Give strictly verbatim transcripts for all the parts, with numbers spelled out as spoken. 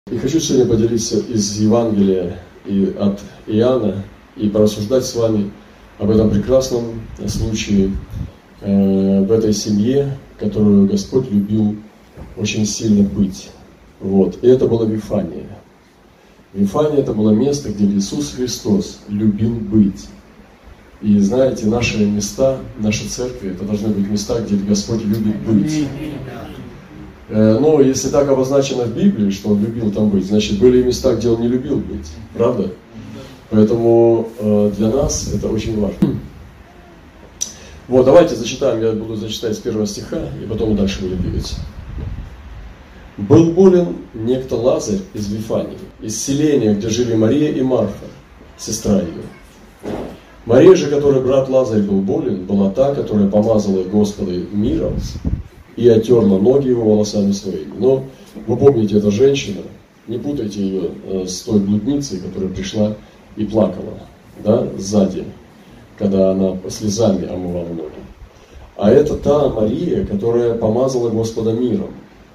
И хочу сегодня поделиться из Евангелия и от Иоанна и порассуждать с вами об этом прекрасном случае э, в этой семье, которую Господь любил очень сильно быть. Вот. И это было Вифания. Вифания – это было место, где Иисус Христос любил быть. И знаете, наши места, наши церкви – это должны быть места, где Господь любит быть. Но если так обозначено в Библии, что Он любил там быть, значит, были и места, где Он не любил быть. Правда? Поэтому для нас это очень важно. Вот, давайте зачитаем, я буду зачитать с первого стиха, и потом дальше будем двигаться. «Был болен некто Лазарь из Вифании, из селения, где жили Мария и Марфа, сестра ее. Мария же, которой брат Лазарь был болен, была та, которая помазала Господа миром и оттерла ноги его волосами своими». Но вы помните, эта женщина, не путайте ее с той блудницей, которая пришла и плакала, да, сзади, когда она слезами омывала ноги. А это та Мария, которая помазала Господа миром.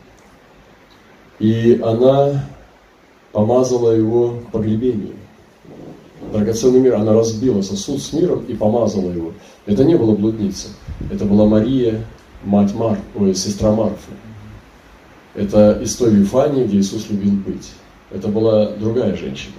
И она помазала его к погребению. Драгоценный мир, она разбила сосуд с миром и помазала его. Это не была блудница, это была Мария, мать Марфы, ой, сестра Марфы. Это из той Вифании, где Иисус любил быть. Это была другая женщина.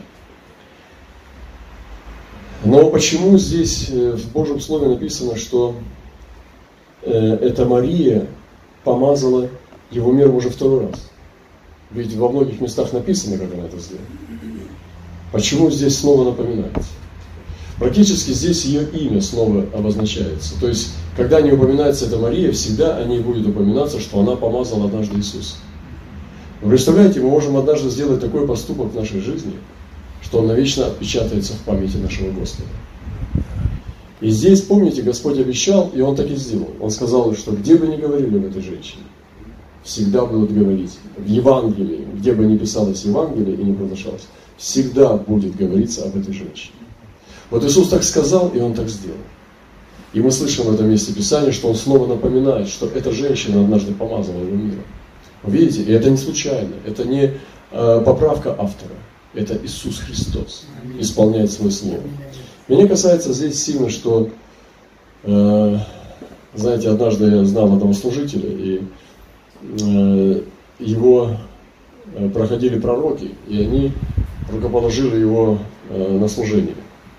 Но почему здесь в Божьем Слове написано, что э, эта Мария помазала его миром уже второй раз? Ведь во многих местах написано, как она это сделала. Почему здесь снова напоминается? Практически здесь ее имя снова обозначается. То есть, когда не упоминается эта Мария, всегда о ней будет упоминаться, что она помазала однажды Иисуса. Вы представляете, мы можем однажды сделать такой поступок в нашей жизни, что он навечно отпечатается в памяти нашего Господа. И здесь, помните, Господь обещал, и Он так и сделал. Он сказал, что где бы ни говорили об этой женщине, всегда будут говорить. В Евангелии, где бы ни писалось Евангелие и не продолжалось, всегда будет говориться об этой женщине. Вот Иисус так сказал, и Он так сделал. И мы слышим в этом месте Писания, что Он снова напоминает, что эта женщина однажды помазала его миром. Вы видите, и это не случайно, это не э, поправка автора, это Иисус Христос исполняет свое слово. Меня касается здесь сильно, что, э, знаете, однажды я знал одного служителя, и э, его э, проходили пророки, и они рукоположили его э, на служение.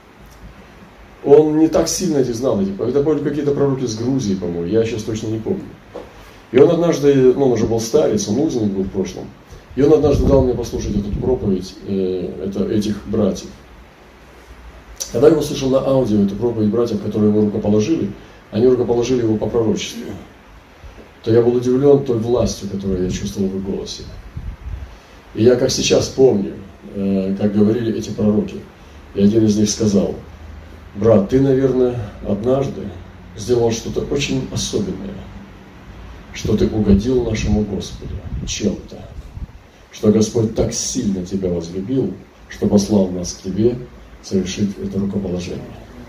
Он не так сильно эти знал, эти, это были какие-то пророки с Грузии, по-моему, я сейчас точно не помню. И он однажды, ну он уже был старец, он узник был в прошлом, и он однажды дал мне послушать эту проповедь э, это, этих братьев. Когда я услышал на аудио эту проповедь братьев, которые его рукоположили, они рукоположили его по пророчеству, то я был удивлен той властью, которую я чувствовал в их голосе. И я как сейчас помню, э, как говорили эти пророки, и один из них сказал: брат, ты, наверное, однажды сделал что-то очень особенное, что ты угодил нашему Господу чем-то, что Господь так сильно тебя возлюбил, что послал нас к тебе совершить это рукоположение.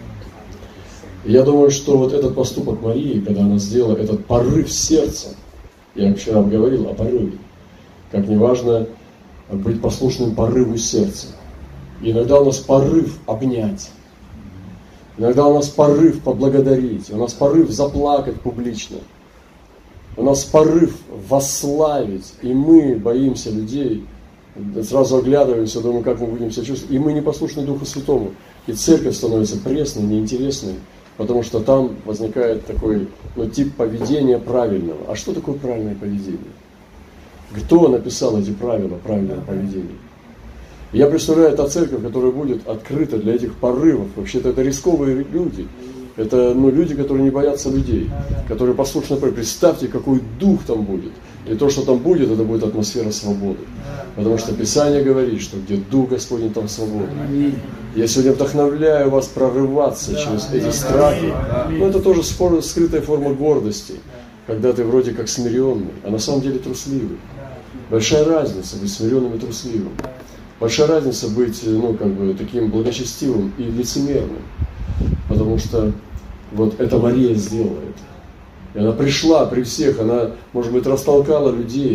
И я думаю, что вот этот поступок Марии, когда она сделала этот порыв сердца, я вчера говорил о порыве, как неважно быть послушным порыву сердца. И иногда у нас порыв обнять, иногда у нас порыв поблагодарить, у нас порыв заплакать публично, у нас порыв восславить, и мы боимся людей, сразу оглядываемся, думаем, как мы будем себя чувствовать, и мы не послушны Духу Святому, и церковь становится пресной, неинтересной, потому что там возникает такой, ну, тип поведения правильного. А что такое правильное поведение? Кто написал эти правила правильного поведения? Я представляю, та церковь, которая будет открыта для этих порывов. Вообще-то это рисковые люди. Это, ну, люди, которые не боятся людей, которые послушны. Представьте, какой дух там будет. И то, что там будет, это будет атмосфера свободы. Потому что Писание говорит, что где Дух Господень, там свобода. Я сегодня вдохновляю вас прорываться через эти страхи. Но это тоже скрытая форма гордости, когда ты вроде как смиренный, а на самом деле трусливый. Большая разница быть смиренным и трусливым. Большая разница быть, ну, как бы, таким благочестивым и лицемерным. Потому что вот эта Мария сделала это. И она пришла при всех, она, может быть, растолкала людей,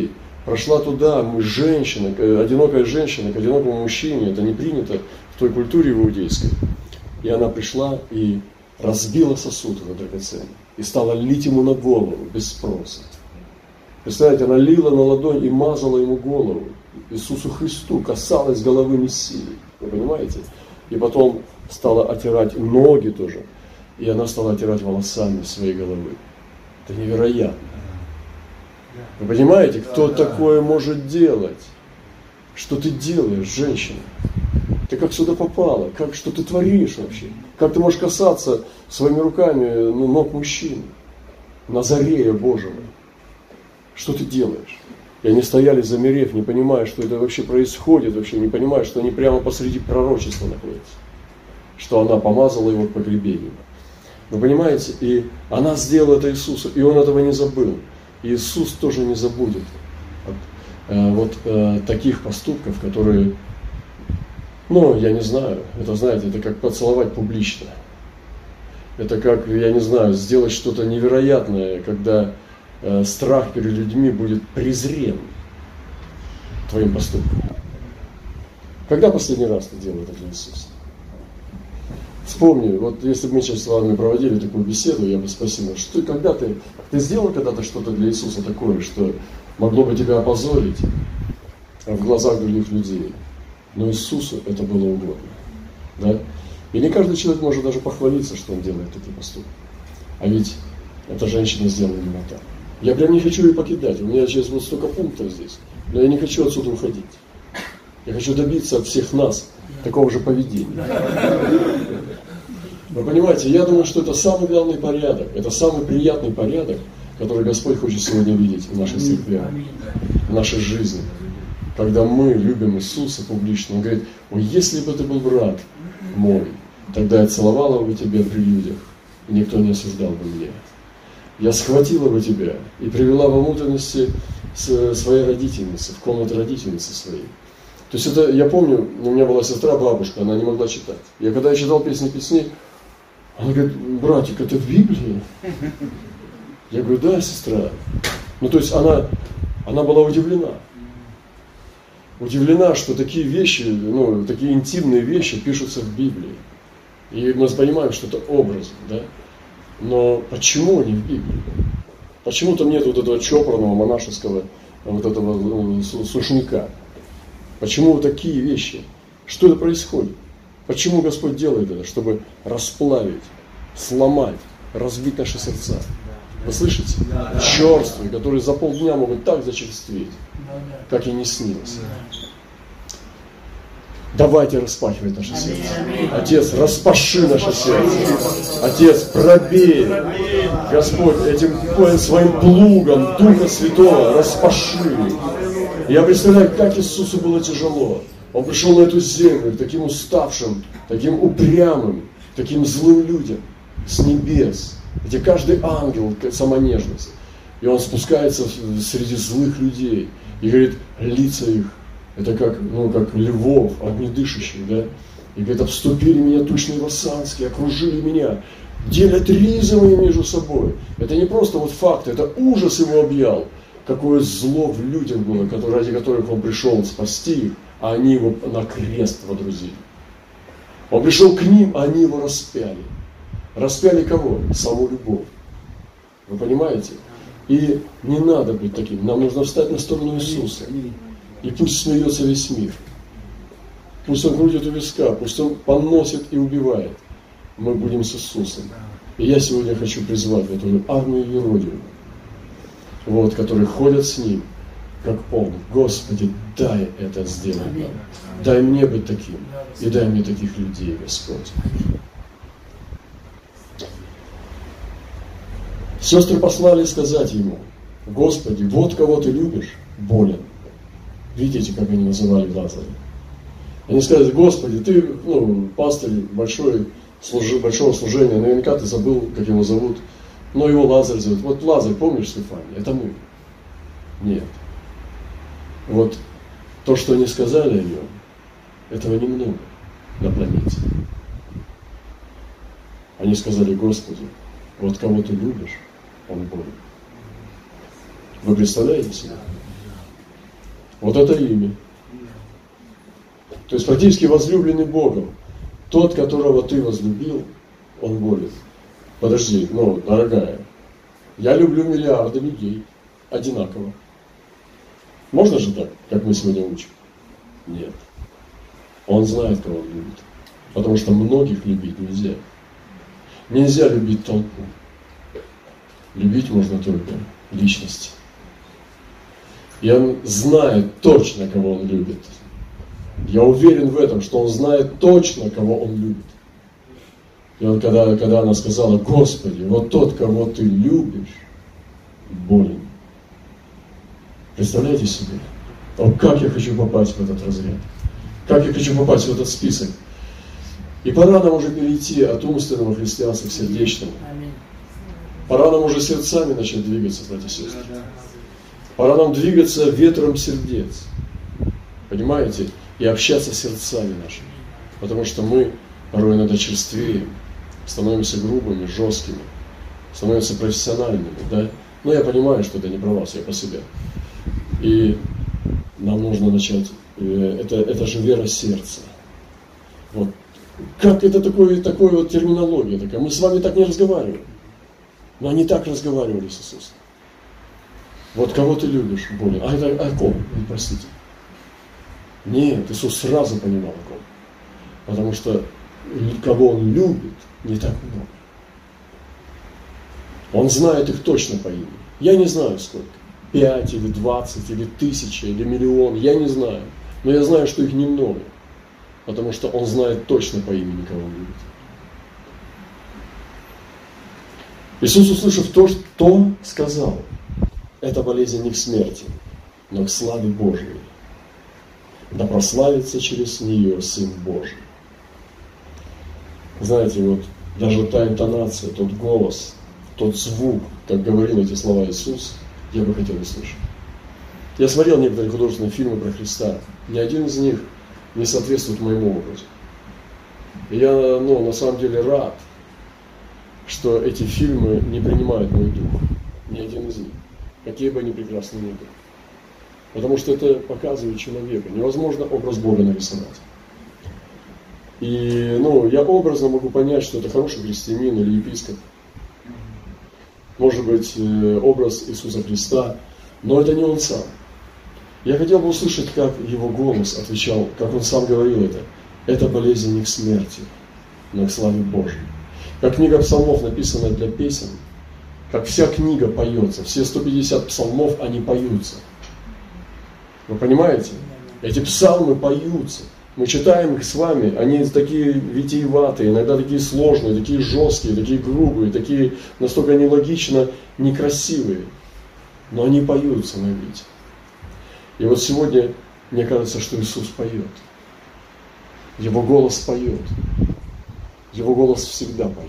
прошла туда, мы женщина, одинокая женщина к одинокому мужчине, это не принято в той культуре иудейской. И она пришла и разбила сосуд этот драгоценный и стала лить ему на голову без спроса. Представляете, она лила на ладонь и мазала ему голову. Иисусу Христу касалась головы Мессии. Вы понимаете? И потом стала оттирать ноги тоже. И она стала оттирать волосами своей головы. Это невероятно. Вы понимаете, кто такое может делать? Что ты делаешь, женщина? Ты как сюда попала? Как, что ты творишь вообще? Как ты можешь касаться своими руками ну, ног мужчин? Назарея Божьего. Что ты делаешь? И они стояли, замерев, не понимая, что это вообще происходит, вообще не понимая, что они прямо посреди пророчества находятся. Что она помазала его к погребению. Вы понимаете? И она сделала это Иисусу, и он этого не забыл. И Иисус тоже не забудет э, вот э, таких поступков, которые, ну, я не знаю, это, знаете, это как поцеловать публично. Это как, я не знаю, сделать что-то невероятное, когда э, страх перед людьми будет презрен твоим поступком. Когда последний раз ты делал это для Иисуса? Вспомни, вот если бы мы сейчас с вами проводили такую беседу, я бы спросил, что когда ты, ты сделал когда-то что-то для Иисуса такое, что могло бы тебя опозорить в глазах других людей, но Иисусу это было угодно, да? И не каждый человек может даже похвалиться, что он делает такие поступки. А ведь эта женщина сделала именно так. Я прям не хочу ее покидать, у меня сейчас вот столько пунктов здесь, но я не хочу отсюда уходить. Я хочу добиться от всех нас такого же поведения. Вы понимаете, я думаю, что это самый главный порядок, это самый приятный порядок, который Господь хочет сегодня видеть в нашей церкви, в нашей жизни. Когда мы любим Иисуса публично, Он говорит: ой, если бы ты был брат мой, тогда я целовала бы тебя при людях, и никто не осуждал бы меня. Я схватила бы тебя и привела во внутренности своей родительницы, в комнату родительницы своей. То есть это, я помню, у меня была сестра, бабушка, она не могла читать. Я когда я читал песни песней, она говорит: братик, это в Библии? Я говорю: да, сестра. Ну, то есть она, она была удивлена. Удивлена, что такие вещи, ну, такие интимные вещи пишутся в Библии. И мы понимаем, что это образ, да? Но почему они в Библии? Почему там нет вот этого чопорного, монашеского, вот этого ну, сушняка? Почему такие вещи? Что это происходит? Почему Господь делает это? Чтобы расплавить, сломать, разбить наши сердца. Вы слышите? Черствые, которые за полдня могут так зачерстветь, как и не снилось. Давайте распахивать наше сердце. Отец, распаши наше сердце. Отец, пробей, Господь, этим своим плугом Духа Святого распаши. Я представляю, как Иисусу было тяжело. Он пришел на эту землю к таким уставшим, таким упрямым, таким злым людям с небес, где каждый ангел самонежность. И он спускается среди злых людей и говорит: лица их, это как, ну, как львов, огнедышащих, да? И говорит: обступили меня тучные вассанские, окружили меня, делят ризы мои между собой. Это не просто вот факт, это ужас его объял. Какое зло в людях было, ради которых он пришел спасти их, а они его на крест водрузили. Он пришел к ним, а они его распяли. Распяли кого? Саму любовь. Вы понимаете? И не надо быть таким. Нам нужно встать на сторону Иисуса. И пусть смеется весь мир. Пусть он крутит у виска, пусть он поносит и убивает. Мы будем с Иисусом. И я сегодня хочу призвать в эту армию Еродию, вот, которые ходят с ним, как он. Господи, дай это сделать нам. Дай мне быть таким. И дай мне таких людей, Господь. Сестры послали сказать ему: Господи, вот кого ты любишь, болен. Видите, как они называли Лазаря? Они сказали: Господи, ты, ну, пастырь большой, служи, большого служения, наверняка ты забыл, как его зовут. Но его Лазарь зовут. Вот Лазарь, помнишь, Стефания? Это мы. Нет. Вот то, что они сказали о нем, этого немного на планете. Они сказали: Господи, вот кого ты любишь, он болен. Вы представляете себе? Вот это имя. То есть практически возлюбленный Богом. Тот, которого ты возлюбил, он болен. Подожди, ну, дорогая, я люблю миллиарды людей одинаково. Можно же так, как мы сегодня учим? Нет. Он знает, кого он любит. Потому что многих любить нельзя. Нельзя любить толпу. Любить можно только личности. И он знает точно, кого он любит. Я уверен в этом, что он знает точно, кого он любит. И он, когда, когда она сказала: Господи, вот тот, кого ты любишь, болен. Представляете себе? О, как я хочу попасть в этот разряд. Как я хочу попасть в этот список. И пора нам уже перейти от умственного христианства к сердечному. Пора нам уже сердцами начать двигаться, братья и сестры. Пора нам двигаться ветром сердец. Понимаете? И общаться с сердцами нашими. Потому что мы порой иногда черствеем, становимся грубыми, жесткими, становимся профессиональными. Да? Но я понимаю, что это не про вас, я по себе. И нам нужно начать, это, это же вера сердца. Вот. Как это такое, такое вот терминология такая? Мы с вами так не разговариваем. Но они так разговаривали с Иисусом. Вот кого ты любишь более? А это о ком? Простите. Нет, Иисус сразу понимал о ком. Потому что кого Он любит, не так много. Он знает их точно по имени. Я не знаю сколько. Пять или двадцать, или тысяча, или миллион. Я не знаю. Но я знаю, что их немного. Потому что Он знает точно по имени, кого Он любит. Иисус, услышав то, что сказал: эта болезнь не к смерти, но к славе Божьей. Да прославится через нее Сын Божий. Знаете, вот даже та интонация, тот голос, тот звук, как говорил эти слова Иисус, я бы хотел услышать. Я смотрел некоторые художественные фильмы про Христа. Ни один из них не соответствует моему образу. И я, ну, на самом деле рад, что эти фильмы не принимают мой дух. Ни один из них. Какие бы они прекрасные ни были. Потому что это показывает человека. Невозможно образ Бога нарисовать. И, ну, я образно могу понять, что это хороший христианин или епископ. Может быть, образ Иисуса Христа, но это не Он сам. Я хотел бы услышать, как Его голос отвечал, как Он сам говорил это. Это болезнь не к смерти, но к славе Божьей. Как книга псалмов написана для песен, как вся книга поется, все сто пятьдесят псалмов, они поются. Вы понимаете? Эти псалмы поются. Мы читаем их с вами, они такие витиеватые, иногда такие сложные, такие жесткие, такие грубые, такие настолько нелогично некрасивые. Но они поются на иврите. И вот сегодня мне кажется, что Иисус поет. Его голос поет. Его голос всегда поет.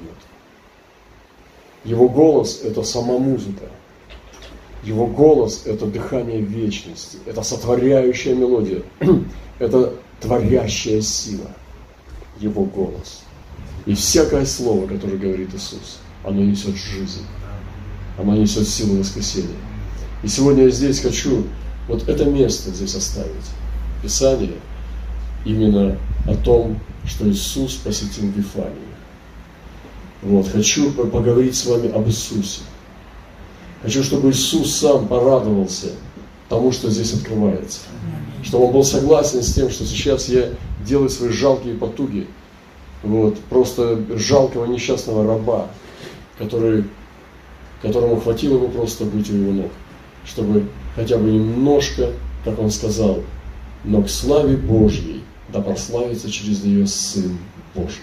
Его голос – это сама музыка. Его голос – это дыхание вечности. Это сотворяющая мелодия. Это творящая сила. Его голос. И всякое слово, которое говорит Иисус, оно несет жизнь. Оно несет силу воскресения. И сегодня я здесь хочу вот это место здесь оставить. Писание именно о том, что Иисус посетил Вифанию. Вот, хочу поговорить с вами об Иисусе. Хочу, чтобы Иисус сам порадовался тому, что здесь открывается. Чтобы Он был согласен с тем, что сейчас я делаю свои жалкие потуги. Вот, просто жалкого несчастного раба, который, которому хватило бы просто быть у Его ног. Чтобы хотя бы немножко, как Он сказал, но к славе Божьей да прославится через нее Сын Божий.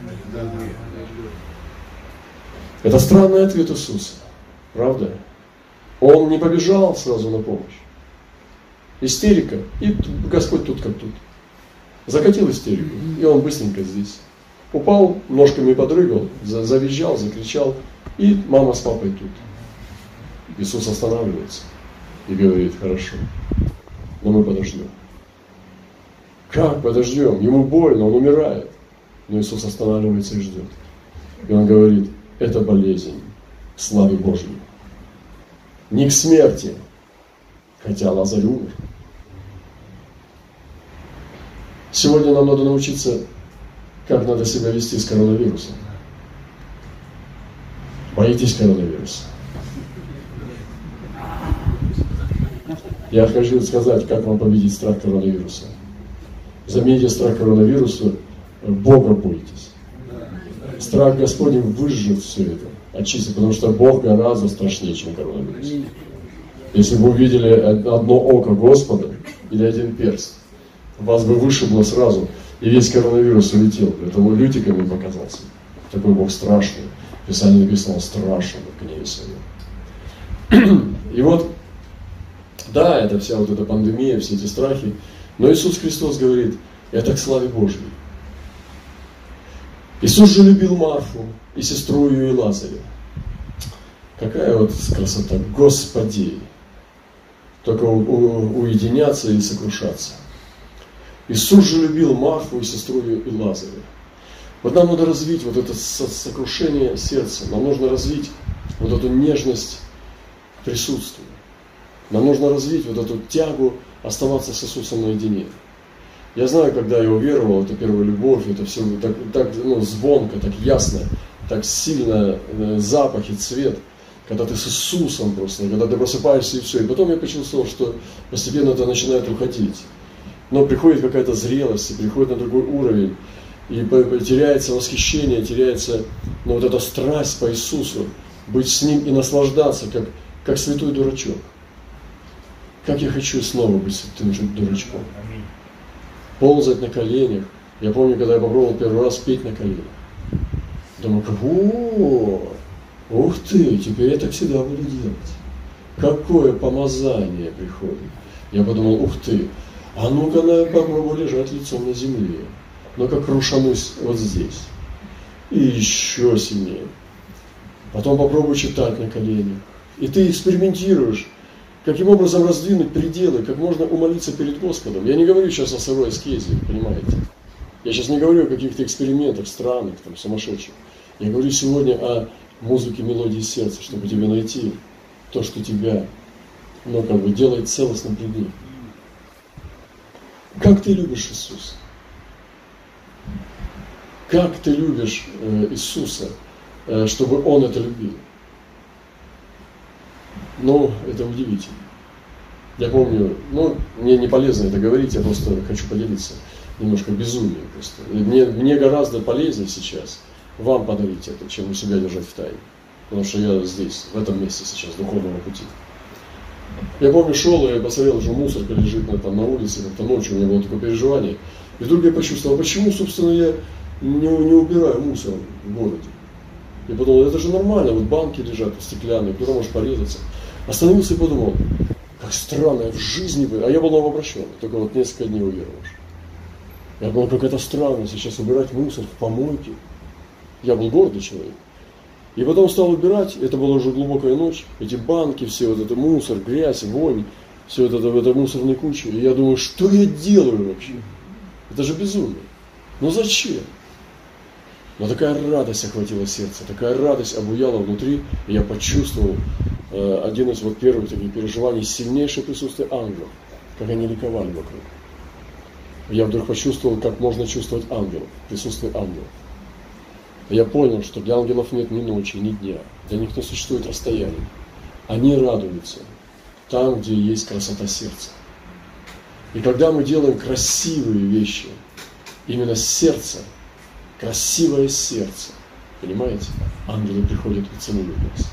Это странный ответ Иисуса. Правда? Он не побежал сразу на помощь. Истерика. И Господь тут как тут. Закатил истерику. И Он быстренько здесь. Упал, ножками подрыгал, завизжал, закричал. И мама с папой тут. Иисус останавливается и говорит: хорошо, но мы подождем. Как подождем? Ему больно, он умирает. Но Иисус останавливается и ждет. И Он говорит: это болезнь к славе Божьей. Не к смерти, хотя Лазарь умер. Сегодня нам надо научиться, как надо себя вести с коронавирусом. Боитесь коронавируса? Я хочу сказать, как вам победить страх коронавируса. Замените страх коронавируса, Бога бойтесь. Страх Господень выжжет все это, очистит, потому что Бог гораздо страшнее, чем коронавирус. Если бы вы увидели одно око Господа или один перст, вас бы вышибло сразу, и весь коронавирус улетел. Это он лютиками показался. Такой Бог страшный. В Писании написано, он страшен в гневе своем. И вот, да, это вся вот эта пандемия, все эти страхи, но Иисус Христос говорит, это к славе Божьей. Иисус же любил Марфу и сестру ее и Лазаря. Какая вот красота, Господи! Только у, у, уединяться и сокрушаться. Иисус же любил Марфу и сестру ее и Лазаря. Вот нам надо развить вот это сокрушение сердца, нам нужно развить вот эту нежность присутствия. Нам нужно развить вот эту тягу оставаться с Иисусом наедине. Я знаю, когда я уверовал, это первая любовь, это все так, так ну, звонко, так ясно, так сильно э, запах и цвет, когда ты с Иисусом просто, когда ты просыпаешься и все. И потом я почувствовал, что постепенно это начинает уходить. Но приходит какая-то зрелость, и приходит на другой уровень, и теряется восхищение, теряется ну, вот эта страсть по Иисусу, быть с Ним и наслаждаться, как, как святой дурачок. Как я хочу снова быть святым дурачком. Ползать на коленях. Я помню, когда я попробовал первый раз петь на коленях. Думаю, о, ух ты, теперь я так всегда буду делать. Какое помазание приходит. Я подумал, ух ты, а ну-ка попробую лежать лицом на земле. Ну-ка крушанусь вот здесь. И еще сильнее. Потом попробую читать на коленях. И ты экспериментируешь. Каким образом раздвинуть пределы, как можно умолиться перед Господом. Я не говорю сейчас о сырой аскезе, понимаете. Я сейчас не говорю о каких-то экспериментах странных, там, сумасшедших. Я говорю сегодня о музыке, мелодии сердца, чтобы тебе найти то, что тебя, ну, как бы, делает целостным пред Ним. Как ты любишь Иисуса? Как ты любишь э, Иисуса, э, чтобы Он это любил? Ну, это удивительно. Я помню, ну, мне не полезно это говорить, я просто хочу поделиться. Немножко безумие просто. Мне, мне гораздо полезнее сейчас вам подарить это, чем у себя держать в тайне. Потому что я здесь, в этом месте сейчас, духовного пути. Я помню, шел, и я посмотрел, что мусорка лежит на, там, на улице, как-то ночью, у меня было такое переживание. И вдруг я почувствовал, почему, собственно, я не, не убираю мусор в городе. Я подумал, это же нормально, вот банки лежат стеклянные, куда может порезаться. Остановился и подумал, как странно, я в жизни бы, а я был новообращенный, только вот несколько дней уверовавший. Я думал, как это странно сейчас убирать мусор в помойке. Я был гордый человек. И потом стал убирать, это была уже глубокая ночь, эти банки, все вот это мусор, грязь, вонь, все это в этой мусорной куче. И я думаю, что я делаю вообще? Это же безумие. Ну зачем? Но такая радость охватила сердце, такая радость обуяла внутри, и я почувствовал э, один из вот первых таких переживаний, сильнейшее присутствие ангелов, как они ликовали вокруг. Я вдруг почувствовал, как можно чувствовать ангелов, присутствие ангелов. Я понял, что для ангелов нет ни ночи, ни дня, для них не существует расстояния. Они радуются там, где есть красота сердца. И когда мы делаем красивые вещи, именно сердце, красивое сердце, понимаете, ангелы приходят и целуют нас.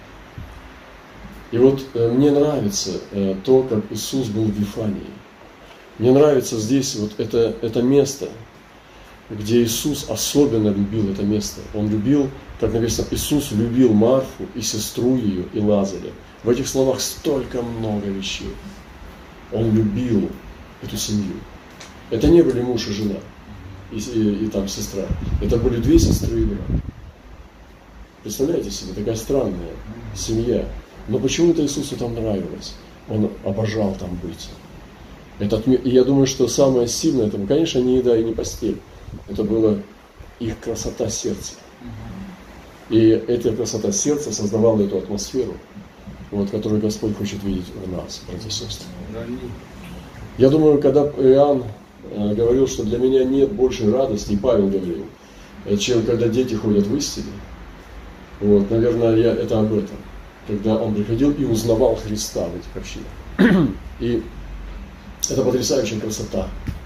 И вот э, мне нравится э, то, как Иисус был в Вифании. Мне нравится здесь вот это, это место, где Иисус особенно любил это место. Он любил, как написано, Иисус любил Марфу и сестру ее и Лазаря. В этих словах столько много вещей. Он любил эту семью. Это не были муж и жена, и, и, и там сестра. Это были две сестры и брат. Представляете себе, такая странная семья. Но почему-то Иисусу там нравилось. Он обожал там быть. Этот, и я думаю, что самое сильное это, конечно, не еда и не постель. Это была их красота сердца. И эта красота сердца создавала эту атмосферу, вот, которую Господь хочет видеть в нас, братья и сестры. Я думаю, когда Иоанн говорил, что для меня нет большей радости, и Павел говорил, чем когда дети ходят в истине. Вот, наверное, я, это об этом. Когда он приходил и узнавал Христа в этих общинах. И это потрясающая красота.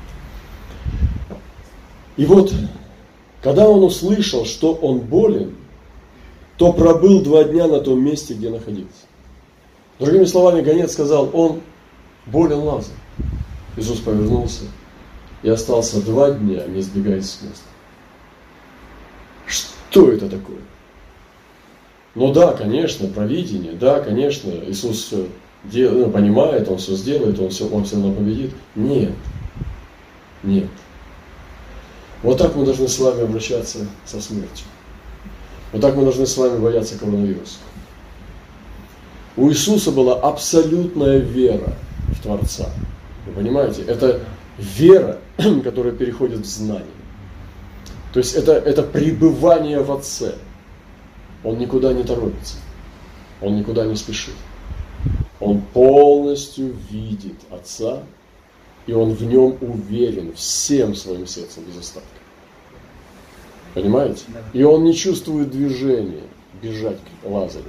И вот, когда он услышал, что он болен, то пробыл два дня на том месте, где находился. Другими словами, гонец сказал, он болен Лазарь. Иисус повернулся и остался два дня, не сбегаясь с места. Что это такое? Ну да, конечно, провидение, да, конечно, Иисус все делает, ну, понимает, Он все сделает, Он все, Он все равно победит. Нет, нет. Вот так мы должны с вами обращаться со смертью. Вот так мы должны с вами бояться коронавируса. У Иисуса была абсолютная вера в Творца. Вы понимаете? Это вера, которая переходит в знание. То есть это, это пребывание в Отце. Он никуда не торопится. Он никуда не спешит. Он полностью видит Отца, и он в нем уверен всем своим сердцем без остатка. Понимаете? И он не чувствует движения бежать к Лазарю.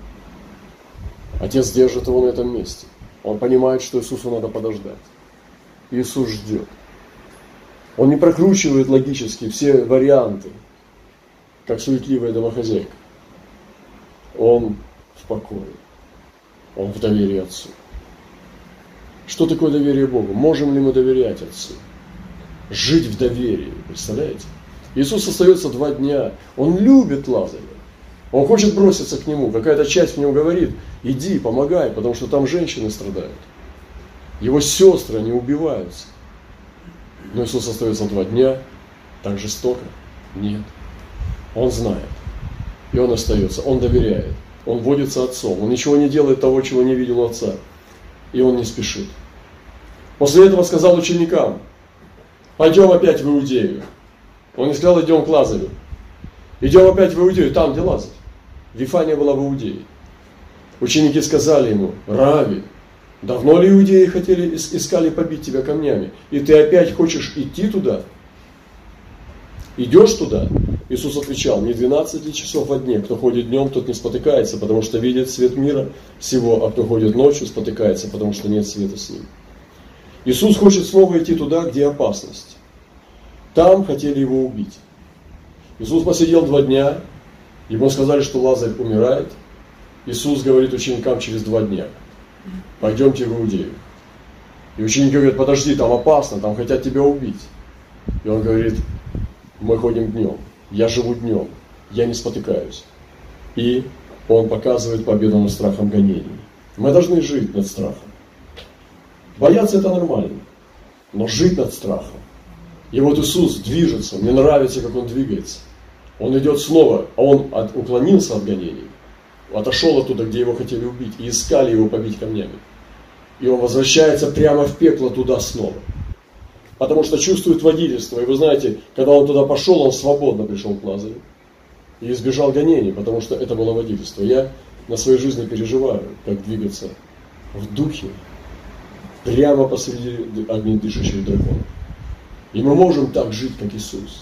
Отец держит его на этом месте. Он понимает, что Иисусу надо подождать. Иисус ждет. Он не прокручивает логически все варианты, как суетливая домохозяйка. Он в покое. Он в доверии Отцу. Что такое доверие Богу? Можем ли мы доверять Отцу? Жить в доверии, представляете? Иисус остается два дня. Он любит Лазаря. Он хочет броситься к нему. Какая-то часть в нем говорит, иди, помогай, потому что там женщины страдают. Его сестры, они убиваются. Но Иисус остается два дня. Так жестоко? Нет. Он знает. И он остается. Он доверяет. Он водится Отцом. Он ничего не делает того, чего не видел у Отца. И он не спешит. После этого сказал ученикам, пойдем опять в Иудею. Он не сказал, идем к Лазарю. Идем опять в Иудею, там, где Лазарь. Вифания была в Иудее. Ученики сказали ему, Рави, давно ли иудеи хотели, искали побить тебя камнями? И ты опять хочешь идти туда? Идешь туда? Иисус отвечал, не двенадцать ли часов во дне, кто ходит днем, тот не спотыкается, потому что видит свет мира всего, а кто ходит ночью, спотыкается, потому что нет света с ним. Иисус хочет снова идти туда, где опасность. Там хотели его убить. Иисус посидел два дня, ему сказали, что Лазарь умирает. Иисус говорит ученикам через два дня, пойдемте в Иудею. И ученики говорят, подожди, там опасно, там хотят тебя убить. И он говорит, мы ходим днем, я живу днем, я не спотыкаюсь. И он показывает победу над страхом гонений. Мы должны жить над страхом. Бояться это нормально, но жить над страхом. И вот Иисус движется, мне нравится, как Он двигается. Он идет снова, а Он от, уклонился от гонений, отошел оттуда, где его хотели убить, и искали его побить камнями. И он возвращается прямо в пекло туда снова. Потому что чувствует водительство. И вы знаете, когда он туда пошел, он свободно пришел к Лазарю. И избежал гонений, потому что это было водительство. Я на своей жизни переживаю, как двигаться в духе, прямо посреди огнедышащих драконов. И мы можем так жить, как Иисус.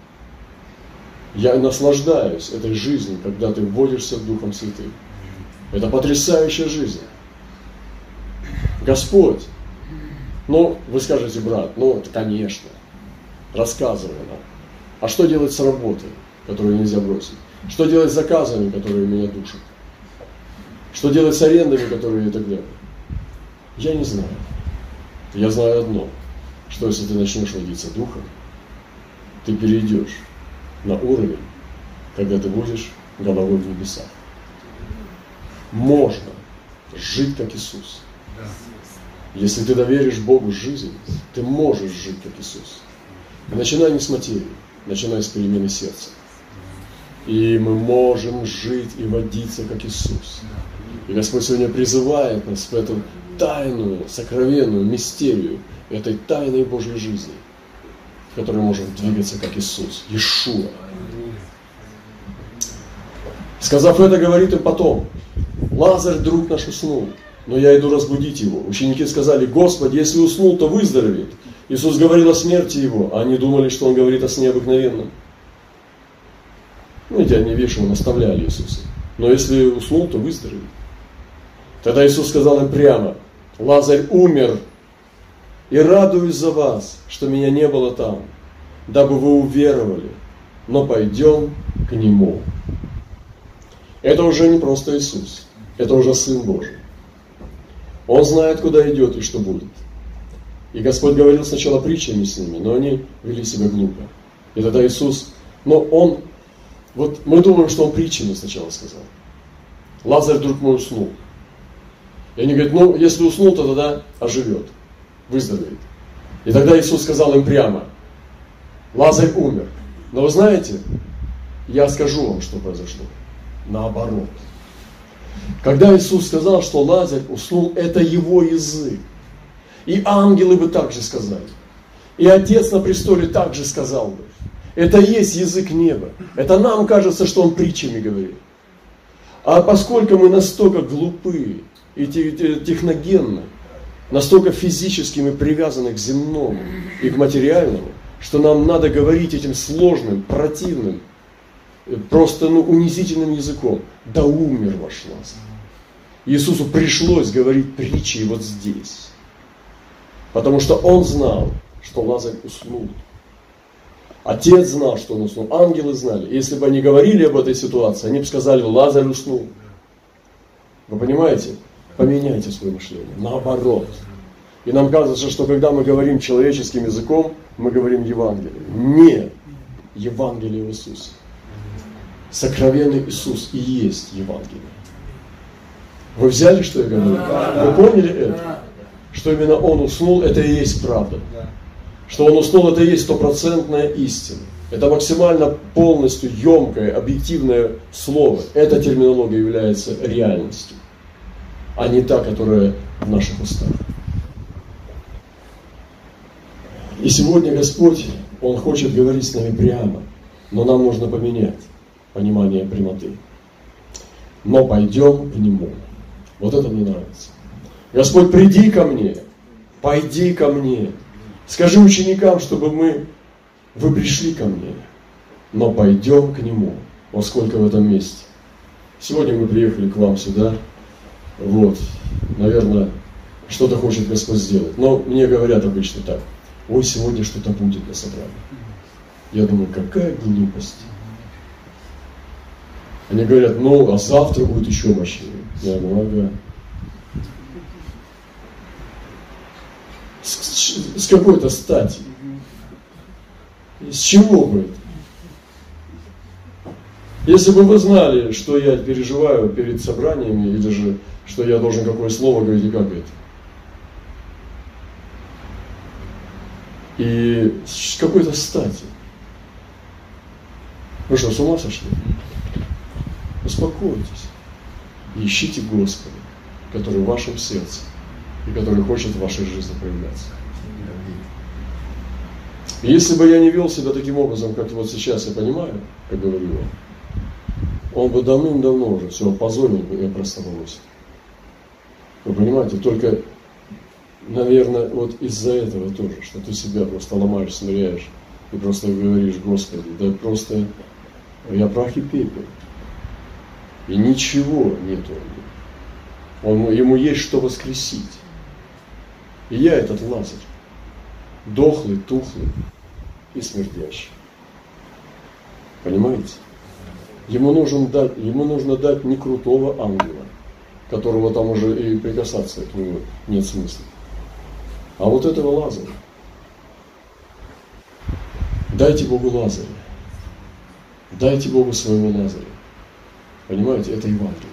Я наслаждаюсь этой жизнью, когда ты вводишься Духом Святым. Это потрясающая жизнь. Господь, ну, вы скажете, брат, ну, это конечно, рассказывай нам. А что делать с работой, которую нельзя бросить? Что делать с заказами, которые меня душат? Что делать с арендами, которые и так далее? Я не знаю. Я знаю одно, что если ты начнешь водиться Духом, ты перейдешь на уровень, когда ты будешь головой в небесах. Можно жить как Иисус. Если ты доверишь Богу жизнь, ты можешь жить как Иисус. И начинай не с материи, начинай с перемены сердца. И мы можем жить и водиться как Иисус. И Господь сегодня призывает нас в эту тайную, сокровенную мистерию этой тайной Божьей жизни, в которой мы можем двигаться как Иисус, Иешуа. Сказав это, говорит им потом, Лазарь, друг наш, уснул, но я иду разбудить его. Ученики сказали, Господи, если уснул, то выздоровеет. Иисус говорил о смерти его, а они думали, что он говорит о сне обыкновенном. Ну, эти они вешали, наставляли Иисуса. Но если уснул, то выздоровеет. Тогда Иисус сказал им прямо: Лазарь умер, и радуюсь за вас, что меня не было там, дабы вы уверовали, но пойдем к Нему. Это уже не просто Иисус, это уже Сын Божий. Он знает, куда идет и что будет. И Господь говорил сначала притчами с ними, но они вели себя глупо. И тогда Иисус, но Он, вот мы думаем, что Он притчами сначала сказал. Лазарь, друг мой, уснул. И они говорят, ну, если уснул, то тогда оживет, выздоровеет. И тогда Иисус сказал им прямо: Лазарь умер. Но вы знаете, я скажу вам, что произошло. Наоборот. Когда Иисус сказал, что Лазарь уснул, это Его язык. И ангелы бы так же сказали. И Отец на престоле так же сказал бы. Это есть язык неба. Это нам кажется, что Он притчами говорит. А поскольку мы настолько глупы и техногенны, настолько физически мы привязаны к земному и к материальному, что нам надо говорить этим сложным, противным, просто ну, унизительным языком. Да умер ваш Лазарь. Иисусу пришлось говорить притчи вот здесь. Потому что Он знал, что Лазарь уснул. Отец знал, что он уснул. Ангелы знали. Если бы они говорили об этой ситуации, они бы сказали: Лазарь уснул. Вы понимаете? Поменяйте свое мышление. Наоборот. И нам кажется, что когда мы говорим человеческим языком, мы говорим Евангелие. Нет. Евангелие в Иисусе. Сокровенный Иисус и есть Евангелие. Вы взяли, что я говорю? Вы поняли это? Что именно Он уснул, это и есть правда. Что Он уснул, это и есть стопроцентная истина. Это максимально полностью емкое, объективное слово. Эта терминология является реальностью, а не та, которая в наших устах. И сегодня Господь, Он хочет говорить с нами прямо, но нам нужно поменять понимание прямоты. Но пойдем к Нему. Вот это мне нравится. Господь, приди ко мне, пойди ко мне. Скажи ученикам, чтобы мы, вы пришли ко мне, но пойдем к Нему. Вот сколько в этом месте. Сегодня мы приехали к вам сюда. Вот, наверное, что-то хочет Господь сделать. Но мне говорят обычно так: ой, сегодня что-то будет на собрании. Я думаю, какая глупость. Они говорят, ну, а завтра будет еще мощнее. Я говорю, ага. С, с какой-то стати. С чего бы это? Если бы вы знали, что я переживаю перед собраниями, или же, что я должен какое слово говорить, и как это. И с какой-то стати. Вы что, с ума сошли? Успокойтесь. И ищите Господа, который в вашем сердце и который хочет в вашей жизни появляться. И если бы я не вел себя таким образом, как вот сейчас я понимаю, как говорю вам, он бы давным-давно уже все опозорил бы и опростовался. Вы понимаете, только, наверное, вот из-за этого тоже, что ты себя просто ломаешь, смиряешь и просто говоришь: Господи, да просто я прах и пепел. И ничего нету. Он, ему есть что воскресить. И я этот Лазарь, дохлый, тухлый и смердящий. Понимаете? Ему, нужен дать, ему нужно дать не крутого ангела, которого там уже и прикасаться к нему нет смысла, а вот этого Лазаря. Дайте Богу Лазаря. Дайте Богу своего Лазаря. Понимаете? Это Евангелие.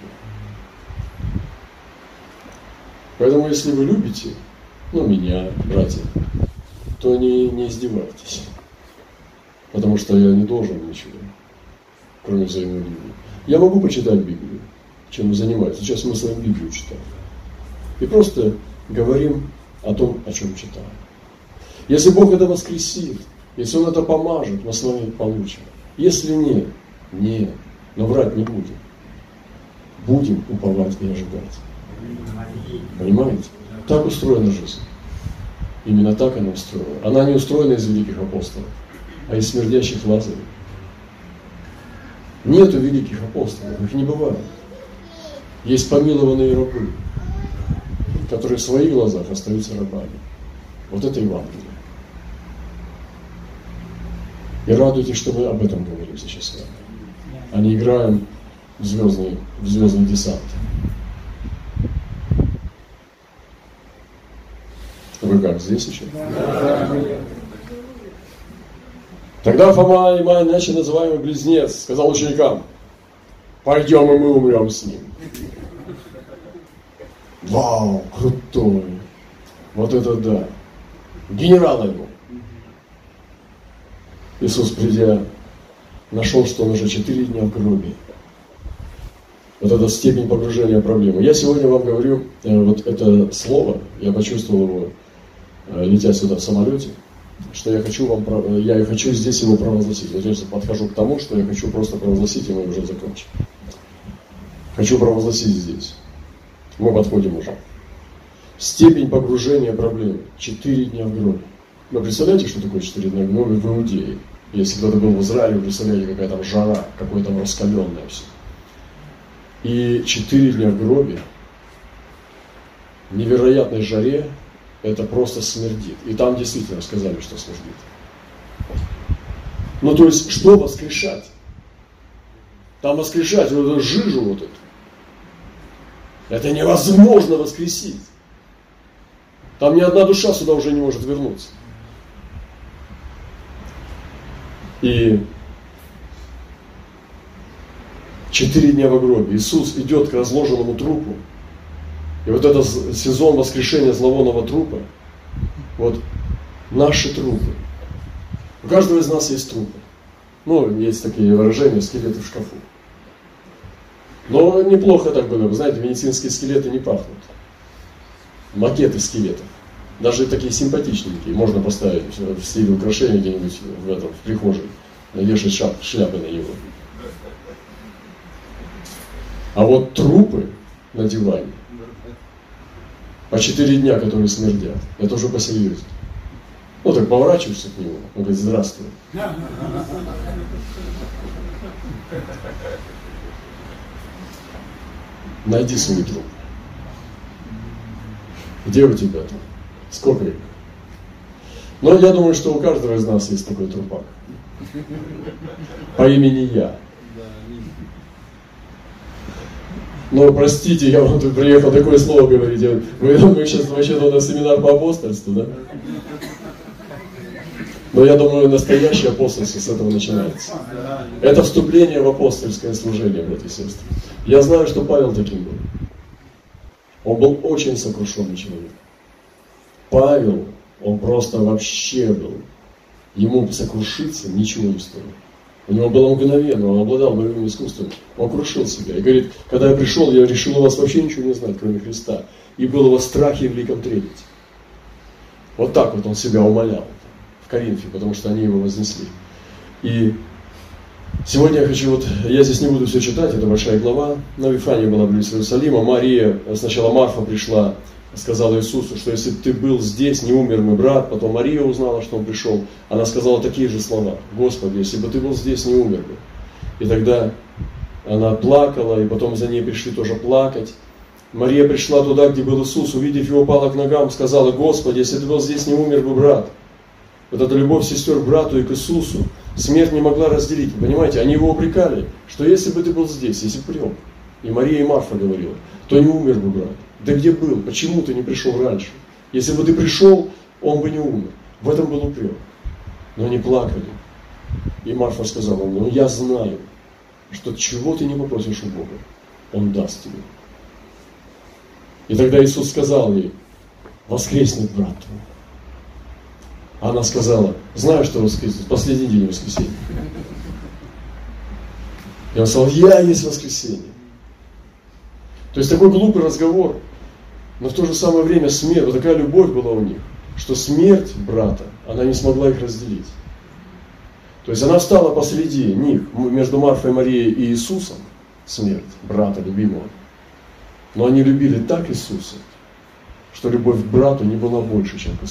Поэтому, если вы любите, ну, меня, братья, то не, не издевайтесь. Потому что я не должен ничего, кроме взаимной любви. Я могу почитать Библию, чем мы занимаемся. Сейчас мы с вами Библию читаем. И просто говорим о том, о чем читаем. Если Бог это воскресит, если Он это помажет, мы с вами получим. Если нет, нет. Но врать не будем. Будем уповать и ожидать. Понимаете? Так устроена жизнь. Именно так она устроена. Она не устроена из великих апостолов, а из смердящих Лазарей. Нету великих апостолов, их не бывает. Есть помилованные рабы, которые в своих глазах остаются рабами. Вот это Евангелие. И радуйтесь, что мы об этом говорим сейчас с вами. А не играем в звездный, в звездный десант. Вы как, здесь еще? Тогда Фома, иначе называемый близнец, сказал ученикам: пойдем, и мы умрем с ним. Вау, крутой. Вот это да. Генерал ему. Иисус, придя, нашел, что он уже четыре дня в гробе. Вот эта степень погружения в проблему. Я сегодня вам говорю, вот это слово, я почувствовал его, летя сюда в самолете, что я хочу вам, я и хочу здесь его провозгласить. Вот я подхожу к тому, что я хочу просто провозгласить, и мы уже закончим. Хочу провозгласить здесь. Мы подходим уже. Степень погружения проблемы. Четыре дня в гробе. Вы представляете, что такое четыре дня в гробе в Иудее? Если кто-то был в Израиле, вы представляете, какая там жара, какое там раскаленное все. И четыре дня в гробе, в невероятной жаре, это просто смердит. И там действительно сказали, что смердит. Ну то есть, что воскрешать? Там воскрешать вот эту жижу вот эту. Это невозможно воскресить. Там ни одна душа сюда уже не может вернуться. И четыре дня в гробе Иисус идет к разложенному трупу. И вот этот сезон воскрешения зловонного трупа, вот наши трупы. У каждого из нас есть трупы. Ну, есть такие выражения, скелеты в шкафу. Но неплохо так было. Вы знаете, медицинские скелеты не пахнут. Макеты скелетов. Даже такие симпатичненькие. Можно поставить в стиле украшения где-нибудь в, этом, в прихожей. Вешать шап, шляпы на него. А вот трупы на диване по четыре дня, которые смердят, это уже посерьезнее. Ну так поворачиваешься к нему, он говорит: здравствуй. Найди свой труп. Где у тебя там? Сколько их? Но я думаю, что у каждого из нас есть такой трупак. По имени я. Но простите, я вам тут приехал такое слово говорить. Вы думаете, сейчас вообще на семинар по апостольству, да? Но я думаю, настоящее апостольство с этого начинается. Это вступление в апостольское служение, братья и сестры. Я знаю, что Павел таким был. Он был очень сокрушенный человек. Павел, он просто вообще был. Ему сокрушиться ничего не стоило. У него было мгновенно, он обладал боевым искусством. Он крушил себя. И говорит: когда я пришел, я решил у вас вообще ничего не знать, кроме Христа. И был у вас страхе и в ликом трепете. Вот так вот он себя умолял в Коринфе, потому что они его вознесли. И сегодня я хочу, вот я здесь не буду все читать, это большая глава. На Вифании была близ Иерусалима. Мария, сначала Марфа пришла, сказала Иисусу, что если бы ты был здесь, не умер мой брат. Потом Мария узнала, что он пришел. Она сказала такие же слова: Господи, если бы ты был здесь, не умер бы. И тогда она плакала, и потом за ней пришли тоже плакать. Мария пришла туда, где был Иисус, увидев его, упала к ногам, сказала: Господи, если ты был здесь, не умер бы брат. Вот эта любовь сестер к брату и к Иисусу смерть не могла разделить. Понимаете, они его упрекали, что если бы ты был здесь, если бы прям, и Мария и Марфа говорила, то не умер бы брат. Да где был? Почему ты не пришел раньше? Если бы ты пришел, он бы не умер. В этом был упрек. Но они плакали. И Марфа сказала: ну я знаю, что чего ты не попросишь у Бога, Он даст тебе. И тогда Иисус сказал ей: воскреснет брат твой. Она сказала: знаю, что воскреснет, последний день воскресенья. И он сказал: я есть воскресенье. То есть такой глупый разговор, но в то же самое время смерть, вот такая любовь была у них, что смерть брата, она не смогла их разделить. То есть она встала посреди них, между Марфой, Марией и Иисусом, смерть брата любимого. Но они любили так Иисуса, что любовь к брату не была больше, чем к Иисусу.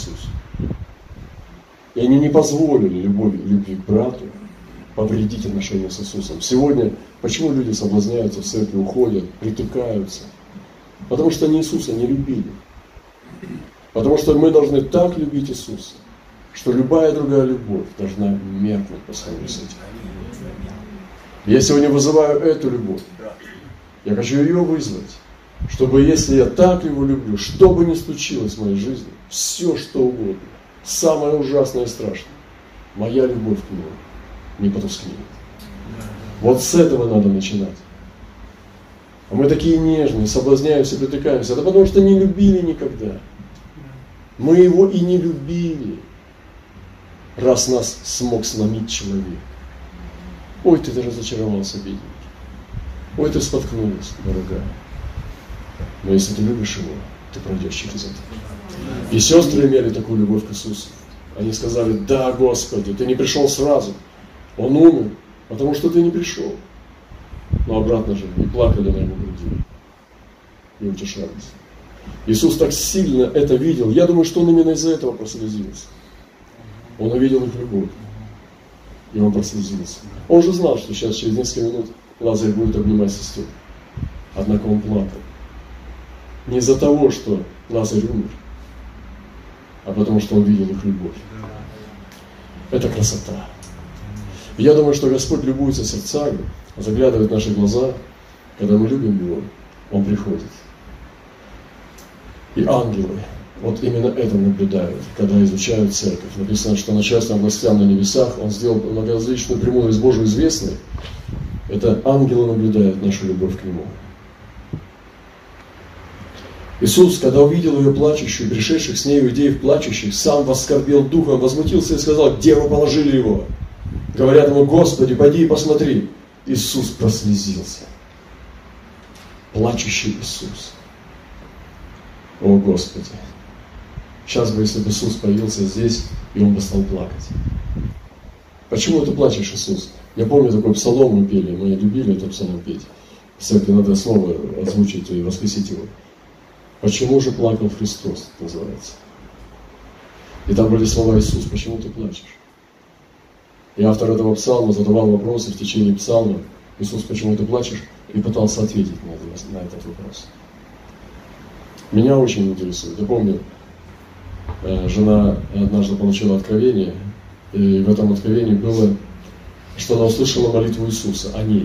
И они не позволили любови, любви к брату повредить отношения с Иисусом. Сегодня почему люди соблазняются в церкви, уходят, притыкаются? Потому что они Иисуса не любили. Потому что мы должны так любить Иисуса, что любая другая любовь должна меркнуть по сравнению с этим. Я сегодня вызываю эту любовь. Я хочу ее вызвать, чтобы если я так его люблю, что бы ни случилось в моей жизни, все что угодно, самое ужасное и страшное, моя любовь к нему не потускнеет. Вот с этого надо начинать. А мы такие нежные, соблазняемся, притыкаемся. Это потому что не любили никогда. Мы его и не любили, раз нас смог сломить человек. Ой, ты разочаровался, бедненький. Ой, ты споткнулась, дорогая. Но если ты любишь его, ты пройдешь через это. И сестры имели такую любовь к Иисусу. Они сказали: да, Господи, ты не пришел сразу. Он умер, потому что ты не пришел. Но обратно же и плакали на его груди. И утешались. Иисус так сильно это видел. Я думаю, что он именно из-за этого прослезился. Он увидел их любовь. И он прослезился. Он же знал, что сейчас через несколько минут Лазарь будет обнимать сестер. Однако он плакал. Не из-за того, что Лазарь умер, а потому что он видел их любовь. Это красота. И я думаю, что Господь любуется сердцами, заглядывает в наши глаза, когда мы любим Его, Он приходит. И ангелы вот именно это наблюдают, когда изучают церковь. Написано, что начальством властям на небесах Он сделал многоразличную премудрость Божию известной. Это ангелы наблюдают нашу любовь к Нему. Иисус, когда увидел ее плачущую, пришедших с нею иудеев плачущих, сам воскорбел духом, возмутился и сказал: где вы положили его? Говорят ему: Господи, пойди и посмотри. Иисус прослезился. Плачущий Иисус. О Господи! Сейчас бы, если бы Иисус появился здесь, и Он бы стал плакать. Почему ты плачешь, Иисус? Я помню, такой псалом мы пели, мы любили этот псалом петь. В церкви надо снова озвучить и воскресить его. Почему же плакал Христос, называется. И там были слова: Иисус, почему ты плачешь? И автор этого псалма задавал вопросы в течение псалма: Иисус, почему ты плачешь? И пытался ответить на этот, на этот вопрос. Меня очень интересует. Я помню, жена однажды получила откровение, и в этом откровении было, что она услышала молитву Иисуса о ней.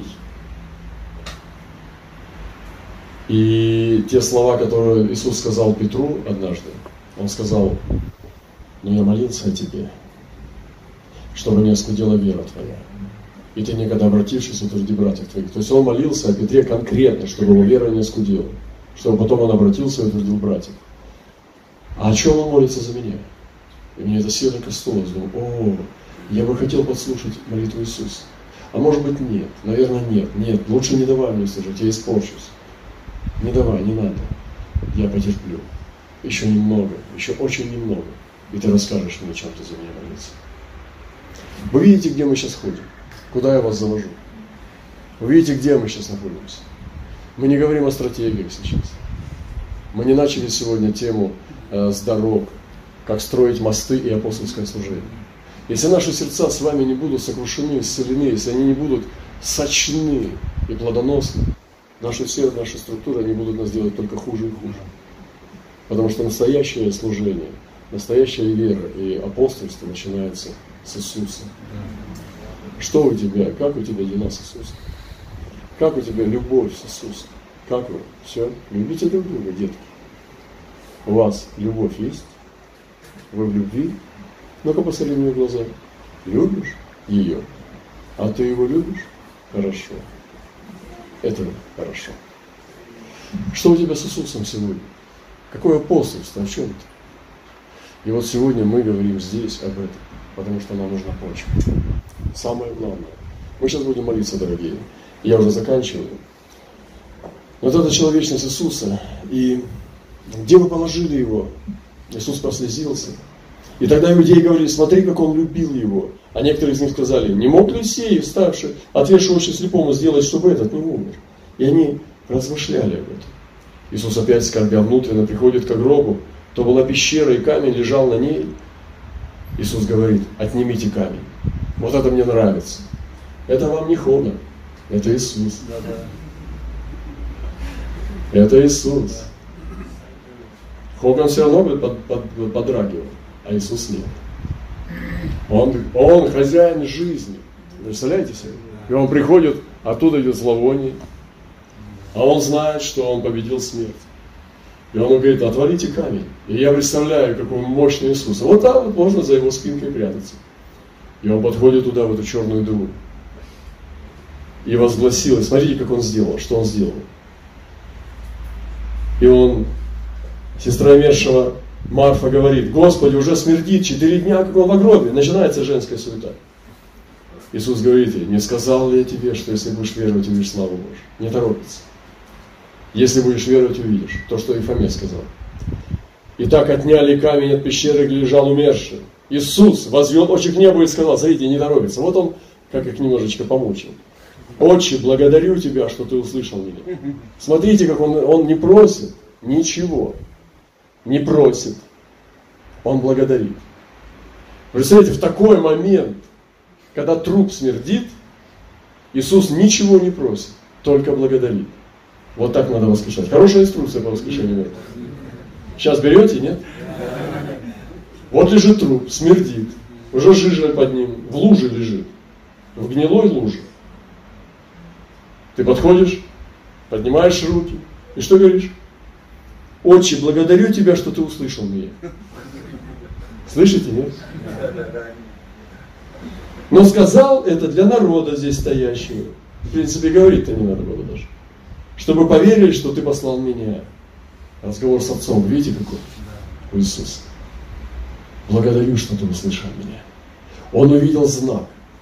И те слова, которые Иисус сказал Петру однажды, Он сказал: но я молился о тебе, чтобы не оскудела вера твоя. И ты никогда обратившись, утверди братьев твоих. То есть Он молился о Петре конкретно, чтобы его вера не оскудела, чтобы потом он обратился и утвердил братьев. А о чем он молится за меня? И мне это сильно коснулось. Думаю: о, я бы хотел подслушать молитву Иисуса. А может быть нет, наверное нет, нет, лучше не давай мне слушать, я испорчусь. Не давай, не надо. Я потерплю. Еще немного, еще очень немного. И ты расскажешь мне, чем ты за меня молился. Вы видите, где мы сейчас ходим? Куда я вас завожу? Вы видите, где мы сейчас находимся? Мы не говорим о стратегиях сейчас. Мы не начали сегодня тему э, с дорог, как строить мосты и апостольское служение. Если наши сердца с вами не будут сокрушены, исцелены, если они не будут сочны и плодоносны, наши все, наши структуры, они будут нас делать только хуже и хуже. Потому что настоящее служение, настоящая вера и апостольство начинается с Иисуса. Что у тебя? Как у тебя дела с Иисусом? Как у тебя любовь с Иисусом? Как вы? Все? Любите друг друга, детки. У вас любовь есть? Вы в любви? Ну-ка посмотри мне в глаза. Любишь ее? А ты его любишь? Хорошо. Это хорошо. Что у тебя с Иисусом сегодня? Какое апостольство? О чем ты? И вот сегодня мы говорим здесь об этом, потому что нам нужна почва. Самое главное. Мы сейчас будем молиться, дорогие. Я уже заканчиваю. Вот это человечность Иисуса. И где вы положили его? Иисус прослезился. И тогда иудеи говорили: смотри, как он любил его. А некоторые из них сказали: не мог ли сей, вставший, отвеши очи слепому, сделать, чтобы этот не умер? И они размышляли об этом. Иисус опять, скорбя внутренно, приходит к гробу. То была пещера, и камень лежал на ней. Иисус говорит: отнимите камень. Вот это мне нравится. Это вам не Хоган, это Иисус. Это Иисус. Хоган все равно бы под, под, подрагивал, а Иисус нет. Он, он хозяин жизни. Вы представляете себе? И он приходит, оттуда идет зловоние, а он знает, что он победил смерть. И он говорит: отвалите камень. И я представляю, какой мощный Иисус. Вот там вот можно за его спинкой прятаться. И он подходит туда, в эту черную дыру. И возгласил. И смотрите, как он сделал, что он сделал. И он, сестра умершего Марфа говорит: Господи, уже смердит, четыре дня, как он в гробе. Начинается женская суета. Иисус говорит ей: не сказал ли я тебе, что если будешь веровать, увидишь славу Божию? Не торопится. Если будешь веровать, увидишь. То, что и Фоме сказал. Итак, отняли камень от пещеры, где лежал умерший. Иисус возвел очи к небу и сказал: смотрите, не торопится. Вот он, как их немножечко помучил. Отче, благодарю тебя, что ты услышал меня. Смотрите, как он, он не просит ничего. Не просит. Он благодарит. Представляете, в такой момент, когда труп смердит, Иисус ничего не просит, только благодарит. Вот так надо воскрешать. Хорошая инструкция по воскрешению мертвых. Сейчас берете, нет? Вот лежит труп, смердит. Уже жижа под ним, в луже лежит. В гнилой луже. Ты подходишь, поднимаешь руки. И что говоришь? Отче, благодарю тебя, что ты услышал меня. Слышите, нет? Но сказал это для народа здесь стоящего. В принципе, говорить-то не надо было даже. Чтобы поверили, что ты послал меня. Разговор с Отцом, видите какой? У Иисуса. Благодарю, что ты услышал меня. Он увидел знак.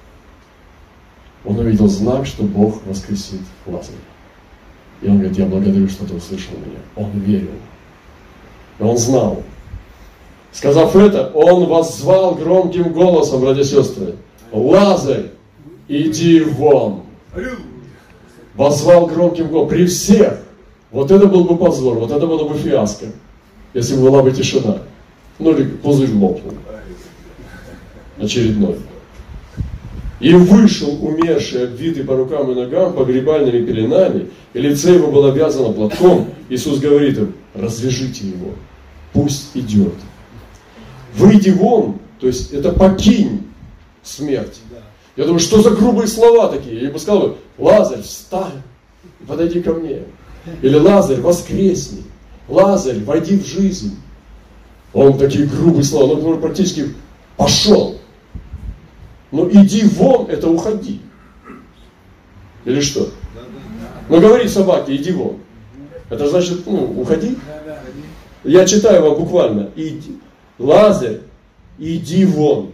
Он увидел знак, что Бог воскресит Лазаря. И он говорит: я благодарю, что ты услышал меня. Он верил. И он знал. Сказав это, он воззвал громким голосом, братья и сестры: Лазарь, иди вон. Воззвал громким голосом при всех. Вот это был бы позор, вот это было бы фиаско, если бы была бы тишина. Ну или пузырь лопнул. Очередной. И вышел умерший, обвитый по рукам и ногам погребальными пеленами, и лице его было вязано платком. Иисус говорит им: развяжите его, пусть идет. Выйди вон, то есть это покинь смерть. Я думаю, что за грубые слова такие? Я бы сказал: Лазарь, встань, подойди ко мне. Или Лазарь, воскресни. Лазарь, войди в жизнь. Он такие грубые слова, он практически пошел. Но иди вон, это уходи. Или что? Ну говори собаке: иди вон. Это значит, ну, уходи. Я читаю вам буквально: иди. Лазарь, иди вон.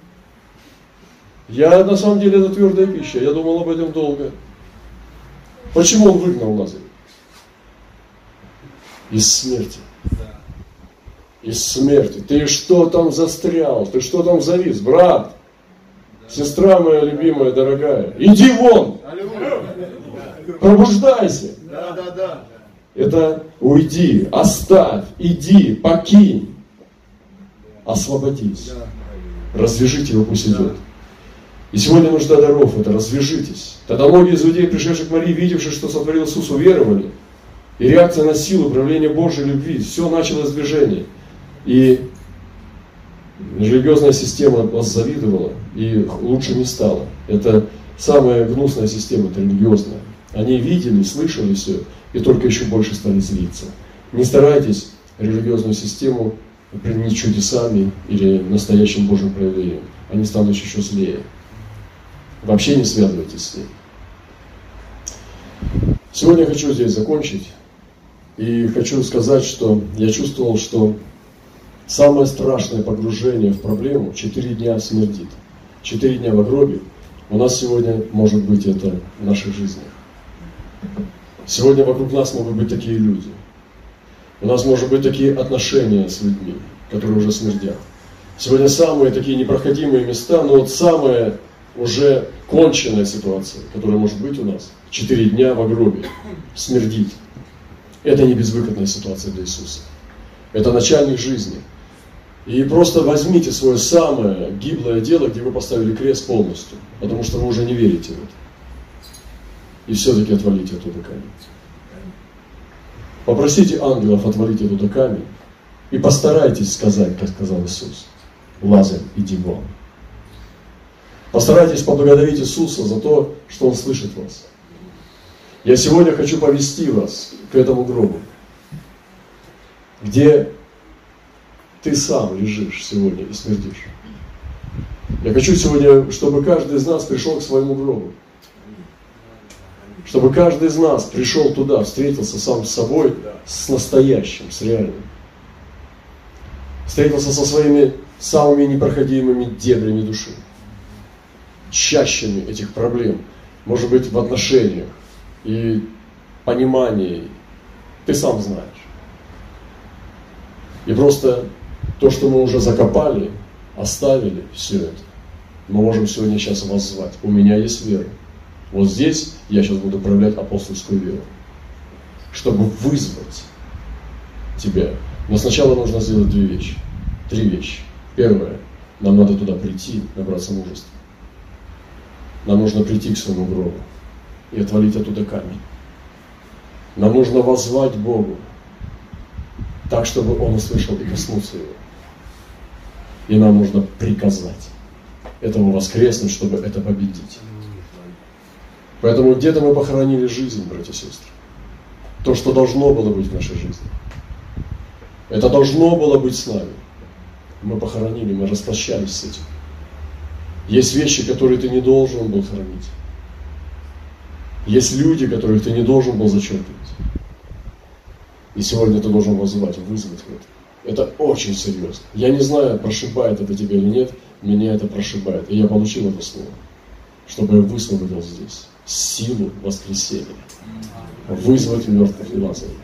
Я на самом деле это твердая пища. Я думал об этом долго. Почему он выгнал Лазаря? Из смерти. Из смерти. Ты что там застрял? Ты что там завис? Брат, сестра моя любимая, дорогая, иди вон. Пробуждайся. Это уйди, оставь, иди, покинь. Освободись. Развяжите его, пусть идет. И сегодня нужда даров, это развяжитесь. Тогда многие из людей, пришедших к Марии, видевших, что сотворил Иисус, уверовали. И реакция на силу, проявление Божьей любви, все началось движение. И религиозная система вас завидовала, и лучше не стало. Это самая гнусная система, это религиозная. Они видели, слышали все, и только еще больше стали злиться. Не старайтесь религиозную систему применить чудесами или настоящим Божьим проявлением. Они станут еще злее. Вообще не связывайтесь с ней. Сегодня я хочу здесь закончить. И хочу сказать, что я чувствовал, что самое страшное погружение в проблему четыре дня смердит. Четыре дня в гробе. У нас сегодня может быть это в наших жизнях. Сегодня вокруг нас могут быть такие люди. У нас может быть такие отношения с людьми, которые уже смердят. Сегодня самые такие непроходимые места, но вот самая уже конченная ситуация, которая может быть у нас. Четыре дня в гробе. Смердит. Это не безвыходная ситуация для Иисуса. Это начальник жизни. И просто возьмите свое самое гиблое дело, где вы поставили крест полностью, потому что вы уже не верите в это. И все-таки отвалите оттуда камень. Попросите ангелов отвалить оттуда камень и постарайтесь сказать, как сказал Иисус: Лазарь, иди вон. Постарайтесь поблагодарить Иисуса за то, что Он слышит вас. Я сегодня хочу повести вас к этому гробу, где ты сам лежишь сегодня и смердишь. Я хочу сегодня, чтобы каждый из нас пришел к своему гробу. Чтобы каждый из нас пришел туда, встретился сам с собой, с настоящим, с реальным. Встретился со своими самыми непроходимыми дебрями души, чащами этих проблем, может быть, в отношениях и понимании. Ты сам знаешь. И просто то, что мы уже закопали, оставили, все это, мы можем сегодня сейчас воззвать. У меня есть вера. Вот здесь я сейчас буду проявлять апостольскую веру, чтобы вызвать тебя. Но сначала нужно сделать две вещи, три вещи. Первое, нам надо туда прийти, набраться мужества. Нам нужно прийти к своему гробу и отвалить оттуда камень. Нам нужно воззвать Богу так, чтобы Он услышал и коснулся его. И нам нужно приказать этому воскреснуть, чтобы это победить. Поэтому где-то мы похоронили жизнь, братья и сестры. То, что должно было быть в нашей жизни. Это должно было быть с нами. Мы похоронили, мы распрощались с этим. Есть вещи, которые ты не должен был хранить. Есть люди, которых ты не должен был зачеркивать. И сегодня ты должен вызывать, вызвать это. Это очень серьезно. Я не знаю, прошибает это тебя или нет, меня это прошибает. И я получил это слово, чтобы я высвободил здесь силу воскресения. Вызвать мертвых и Лазаря.